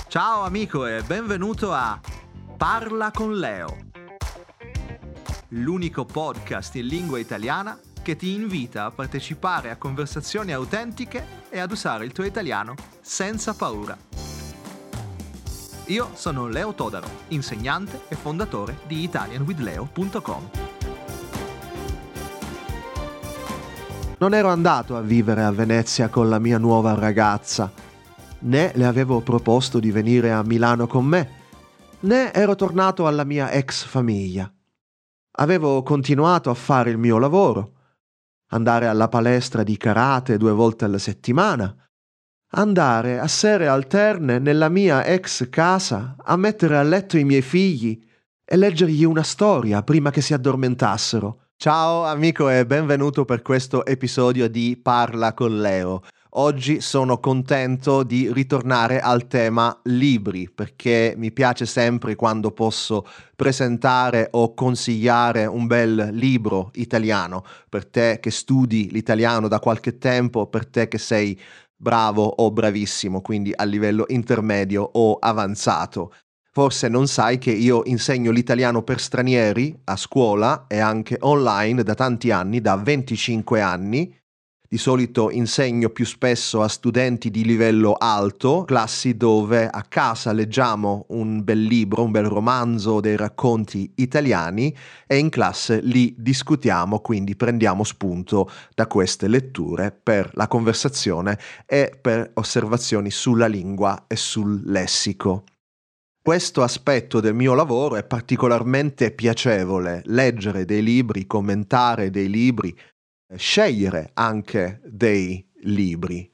Ciao amico e benvenuto a Parla con Leo, l'unico podcast in lingua italiana che ti invita a partecipare a conversazioni autentiche e ad usare il tuo italiano senza paura. Io sono Leo Todaro, insegnante e fondatore di italianwithleo.com. Non ero andato a vivere a Venezia con la mia nuova ragazza, né le avevo proposto di venire a Milano con me, né ero tornato alla mia ex famiglia. Avevo continuato a fare il mio lavoro, andare alla palestra di karate 2 volte alla settimana, andare a sere alterne nella mia ex casa a mettere a letto i miei figli e leggergli una storia prima che si addormentassero. Ciao amico e benvenuto per questo episodio di Parla con Leo. Oggi sono contento di ritornare al tema libri, perché mi piace sempre quando posso presentare o consigliare un bel libro italiano, per te che studi l'italiano da qualche tempo, per te che sei bravo o bravissimo, quindi a livello intermedio o avanzato. Forse non sai che io insegno l'italiano per stranieri a scuola e anche online da tanti anni, da 25 anni. Di solito insegno più spesso a studenti di livello alto, classi dove a casa leggiamo un bel libro, un bel romanzo, dei racconti italiani e in classe li discutiamo, quindi prendiamo spunto da queste letture per la conversazione e per osservazioni sulla lingua e sul lessico. Questo aspetto del mio lavoro è particolarmente piacevole, leggere dei libri, commentare dei libri, scegliere anche dei libri.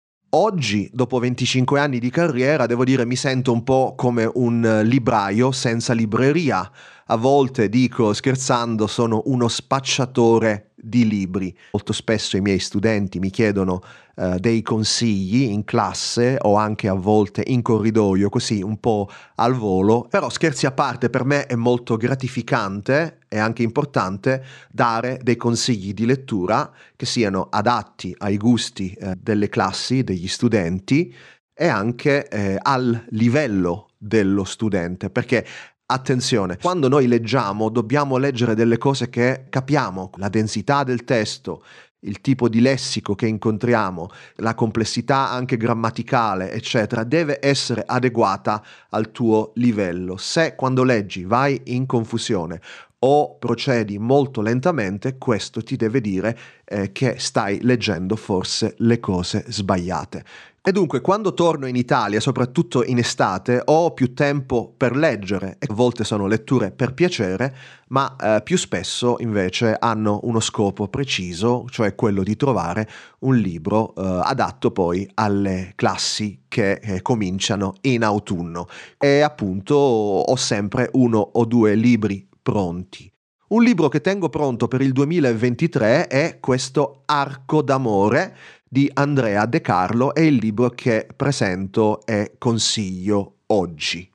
Oggi, dopo 25 anni di carriera, devo dire mi sento un po' come un libraio senza libreria. A volte dico, scherzando, sono uno spacciatore di libri. Molto spesso i miei studenti mi chiedono dei consigli in classe o anche a volte in corridoio, così un po' al volo. Però scherzi a parte, per me è molto gratificante e anche importante dare dei consigli di lettura che siano adatti ai gusti delle classi, degli studenti e anche al livello dello studente, perché attenzione, quando noi leggiamo dobbiamo leggere delle cose che capiamo, la densità del testo, il tipo di lessico che incontriamo, la complessità anche grammaticale, eccetera, deve essere adeguata al tuo livello. Se quando leggi vai in confusione o procedi molto lentamente, questo ti deve dire che stai leggendo forse le cose sbagliate. E dunque, quando torno in Italia, soprattutto in estate, ho più tempo per leggere e a volte sono letture per piacere, ma più spesso invece hanno uno scopo preciso, cioè quello di trovare un libro adatto poi alle classi che cominciano in autunno. E appunto ho sempre 1 o 2 libri pronti. Un libro che tengo pronto per il 2023 è questo Arco d'amore di Andrea De Carlo, è il libro che presento e consiglio oggi.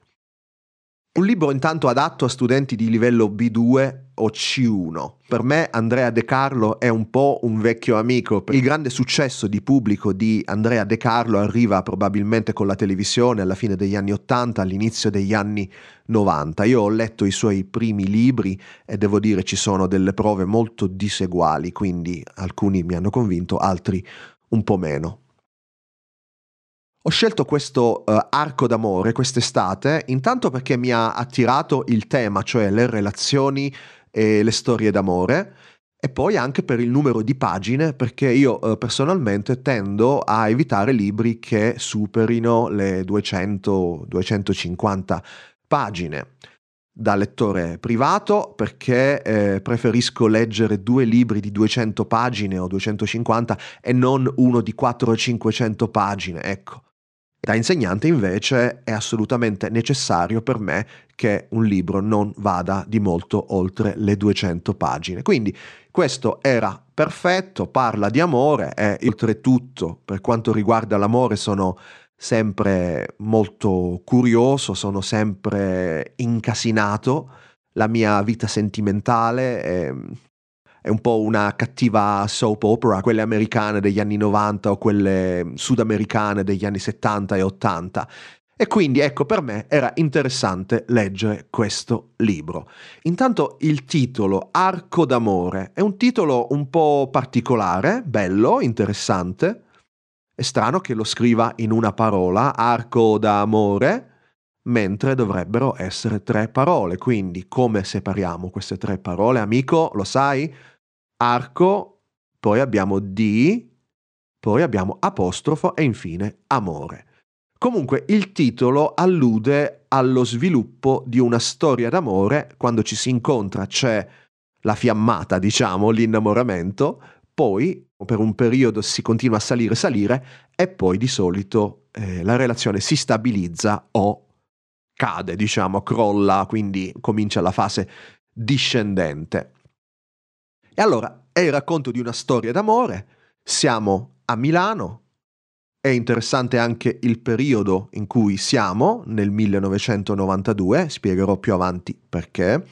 Un libro intanto adatto a studenti di livello B2 o C1. Per me Andrea De Carlo è un po' un vecchio amico. Il grande successo di pubblico di Andrea De Carlo arriva probabilmente con la televisione alla fine degli anni 80, all'inizio degli anni 90. Io ho letto i suoi primi libri e devo dire ci sono delle prove molto diseguali, quindi alcuni mi hanno convinto, altri un po' meno. Ho scelto questo arco d'amore quest'estate, intanto perché mi ha attirato il tema, cioè le relazioni e le storie d'amore, e poi anche per il numero di pagine, perché io personalmente tendo a evitare libri che superino le 200-250 pagine. Da lettore privato, perché preferisco leggere 2 libri di 200 pagine o 250 e non uno di 400-500 pagine, ecco. Da insegnante invece è assolutamente necessario per me che un libro non vada di molto oltre le 200 pagine. Quindi questo era perfetto, parla di amore e oltretutto per quanto riguarda l'amore sono sempre molto curioso, sono sempre incasinato, la mia vita sentimentale è un po' una cattiva soap opera, quelle americane degli anni 90 o quelle sudamericane degli anni 70 e 80. E quindi ecco, per me era interessante leggere questo libro. Intanto il titolo Arco d'amore è un titolo un po' particolare, bello, interessante. È strano che lo scriva in una parola, arco d'amore, mentre dovrebbero essere 3 parole. Quindi come separiamo queste 3 parole, amico? Lo sai? Arco, poi abbiamo di, poi abbiamo apostrofo e infine amore. Comunque il titolo allude allo sviluppo di una storia d'amore. Quando ci si incontra c'è la fiammata, diciamo, l'innamoramento, poi per un periodo si continua a salire e poi di solito la relazione si stabilizza o cade, diciamo, crolla, quindi comincia la fase discendente. E allora è il racconto di una storia d'amore, siamo a Milano. È interessante anche il periodo in cui siamo, nel 1992, spiegherò più avanti perché.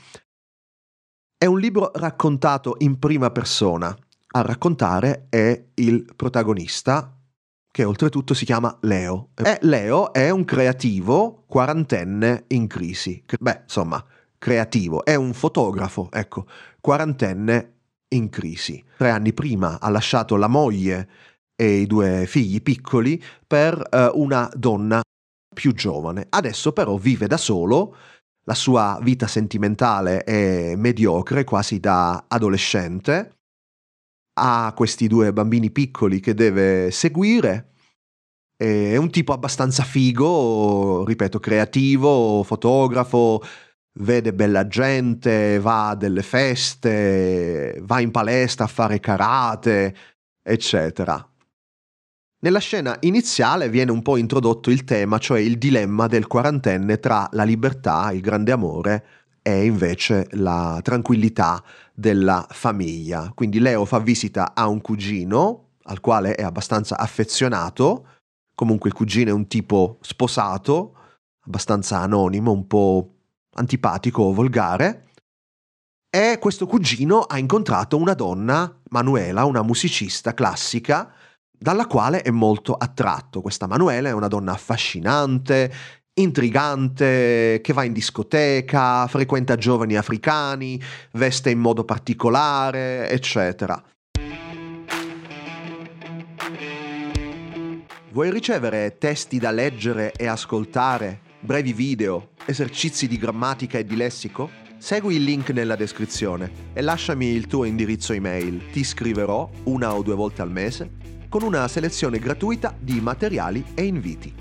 È un libro raccontato in prima persona. A raccontare è il protagonista, che oltretutto si chiama Leo. E Leo è un creativo quarantenne in crisi. Insomma, creativo, è un fotografo, ecco, quarantenne in crisi. 3 anni prima ha lasciato la moglie e i 2 figli piccoli per una donna più giovane. Adesso però vive da solo, la sua vita sentimentale è mediocre, quasi da adolescente, ha questi 2 bambini piccoli che deve seguire, è un tipo abbastanza figo, ripeto, creativo, fotografo, vede bella gente, va a delle feste, va in palestra a fare karate, eccetera. Nella scena iniziale viene un po' introdotto il tema, cioè il dilemma del quarantenne tra la libertà, il grande amore, e invece la tranquillità della famiglia. Quindi Leo fa visita a un cugino, al quale è abbastanza affezionato, comunque il cugino è un tipo sposato, abbastanza anonimo, un po' antipatico o volgare, e questo cugino ha incontrato una donna, Manuela, una musicista classica, dalla quale è molto attratto. Questa Manuela è una donna affascinante, intrigante, che va in discoteca, frequenta giovani africani, veste in modo particolare, eccetera. Vuoi ricevere testi da leggere e ascoltare, brevi video, esercizi di grammatica e di lessico? Segui il link nella descrizione e lasciami il tuo indirizzo email. Ti scriverò 1 o 2 volte al mese con una selezione gratuita di materiali e inviti.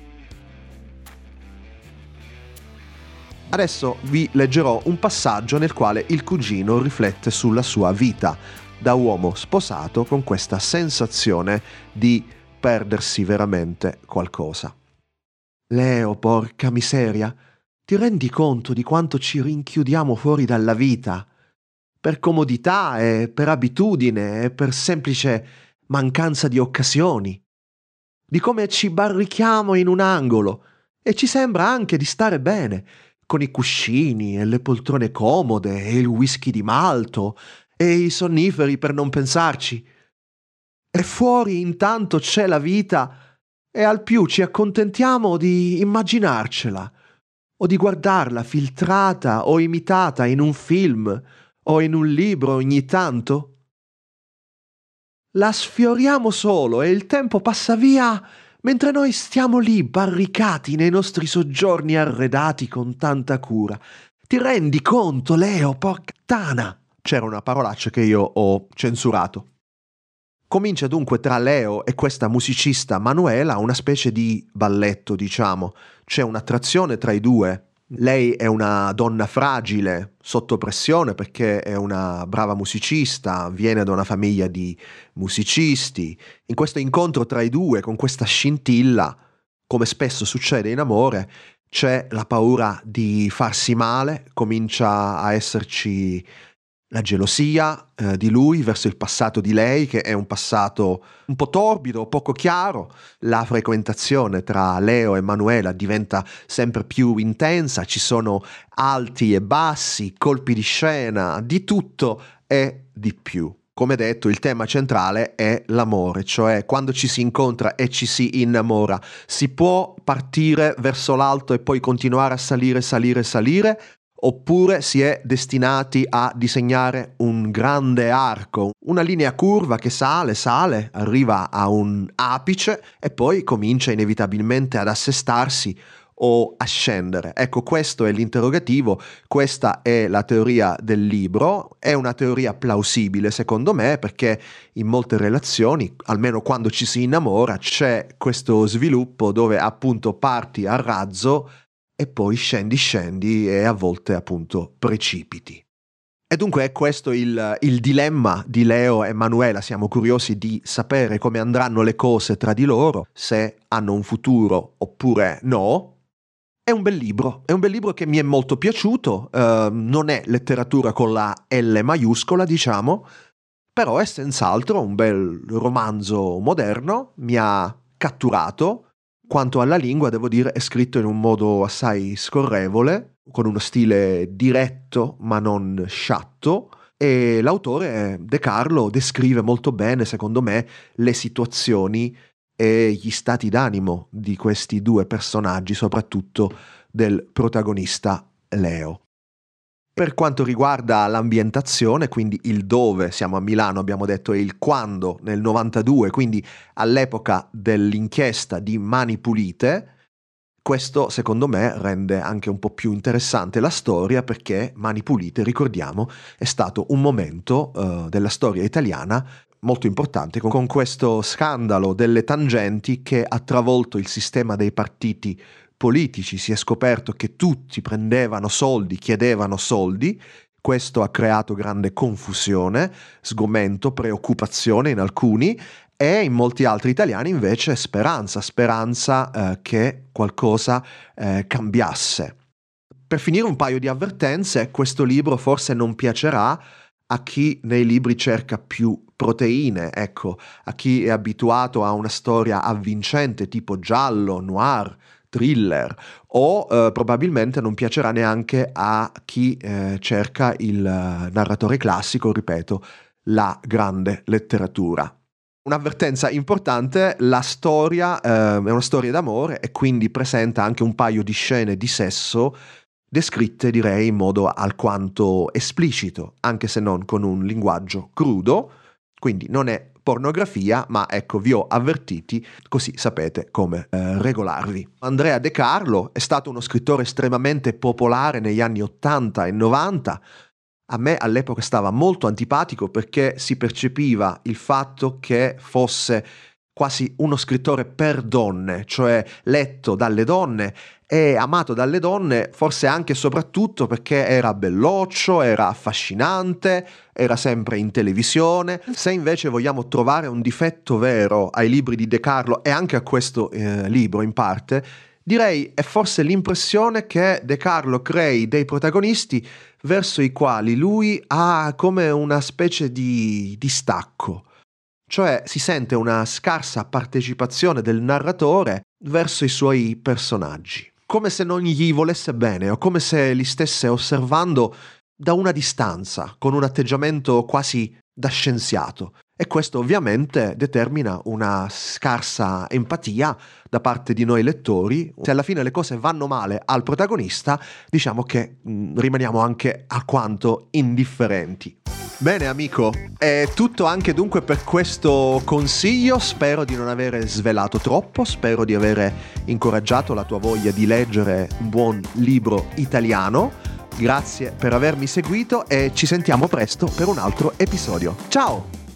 Adesso vi leggerò un passaggio nel quale il cugino riflette sulla sua vita da uomo sposato con questa sensazione di perdersi veramente qualcosa. Leo, porca miseria, ti rendi conto di quanto ci rinchiudiamo fuori dalla vita? Per comodità e per abitudine e per semplice mancanza di occasioni, di come ci barrichiamo in un angolo e ci sembra anche di stare bene, con i cuscini e le poltrone comode e il whisky di malto e i sonniferi per non pensarci. E fuori intanto c'è la vita e al più ci accontentiamo di immaginarcela o di guardarla filtrata o imitata in un film o in un libro ogni tanto. La sfioriamo solo e il tempo passa via mentre noi stiamo lì barricati nei nostri soggiorni arredati con tanta cura. Ti rendi conto, Leo, porca tana? C'era una parolaccia che io ho censurato. Comincia dunque tra Leo e questa musicista Manuela una specie di balletto, diciamo. C'è un'attrazione tra i 2. Lei è una donna fragile, sotto pressione perché è una brava musicista, viene da una famiglia di musicisti. In questo incontro tra i 2, con questa scintilla, come spesso succede in amore, c'è la paura di farsi male, comincia a esserci la gelosia di lui verso il passato di lei, che è un passato un po' torbido, poco chiaro. La frequentazione tra Leo e Manuela diventa sempre più intensa, ci sono alti e bassi, colpi di scena, di tutto e di più. come detto, il tema centrale è l'amore, cioè quando ci si incontra e ci si innamora, si può partire verso l'alto e poi continuare a salire, oppure si è destinati a disegnare un grande arco, una linea curva che sale, arriva a un apice e poi comincia inevitabilmente ad assestarsi o a scendere. Ecco, questo è l'interrogativo, questa è la teoria del libro, è una teoria plausibile secondo me, perché in molte relazioni, almeno quando ci si innamora, c'è questo sviluppo dove appunto parti a razzo e poi scendi e a volte appunto precipiti. E dunque è questo il dilemma di Leo e Manuela. Siamo curiosi di sapere come andranno le cose tra di loro, se hanno un futuro oppure no. È un bel libro che mi è molto piaciuto, non è letteratura con la L maiuscola, diciamo, però è senz'altro un bel romanzo moderno, mi ha catturato. Quanto alla lingua, devo dire, è scritto in un modo assai scorrevole, con uno stile diretto ma non sciatto, e l'autore De Carlo descrive molto bene, secondo me, le situazioni e gli stati d'animo di questi due personaggi, soprattutto del protagonista Leo. Per quanto riguarda l'ambientazione, quindi il dove, siamo a Milano, abbiamo detto, e il quando, nel 92, quindi all'epoca dell'inchiesta di Mani Pulite, questo secondo me rende anche un po' più interessante la storia, perché Mani Pulite, ricordiamo, è stato un momento della storia italiana molto importante, con questo scandalo delle tangenti che ha travolto il sistema dei partiti politici. Si è scoperto che tutti prendevano soldi, chiedevano soldi. Questo ha creato grande confusione, sgomento, preoccupazione in alcuni, e in molti altri italiani invece speranza che qualcosa cambiasse. Per finire, un paio di avvertenze: questo libro forse non piacerà a chi nei libri cerca più proteine, ecco, a chi è abituato a una storia avvincente tipo giallo, noir, thriller, o probabilmente non piacerà neanche a chi cerca il narratore classico, ripeto, la grande letteratura. Un'avvertenza importante: la storia è una storia d'amore e quindi presenta anche un paio di scene di sesso descritte, direi, in modo alquanto esplicito, anche se non con un linguaggio crudo, quindi non è pornografia, ma ecco, vi ho avvertiti, così sapete come regolarvi. Andrea De Carlo è stato uno scrittore estremamente popolare negli anni 80 e 90. A me all'epoca stava molto antipatico perché si percepiva il fatto che fosse quasi uno scrittore per donne, cioè letto dalle donne e amato dalle donne, forse anche e soprattutto perché era belloccio, era affascinante, era sempre in televisione. Se invece vogliamo trovare un difetto vero ai libri di De Carlo e anche a questo libro in parte, direi è forse l'impressione che De Carlo crei dei protagonisti verso i quali lui ha come una specie di distacco. Cioè si sente una scarsa partecipazione del narratore verso i suoi personaggi, come se non gli volesse bene o come se li stesse osservando da una distanza, con un atteggiamento quasi da scienziato. E questo ovviamente determina una scarsa empatia da parte di noi lettori. Se alla fine le cose vanno male al protagonista, diciamo che rimaniamo anche alquanto indifferenti. Bene amico, è tutto anche dunque per questo consiglio. Spero di non avere svelato troppo, spero di avere incoraggiato la tua voglia di leggere un buon libro italiano. Grazie per avermi seguito e ci sentiamo presto per un altro episodio. Ciao!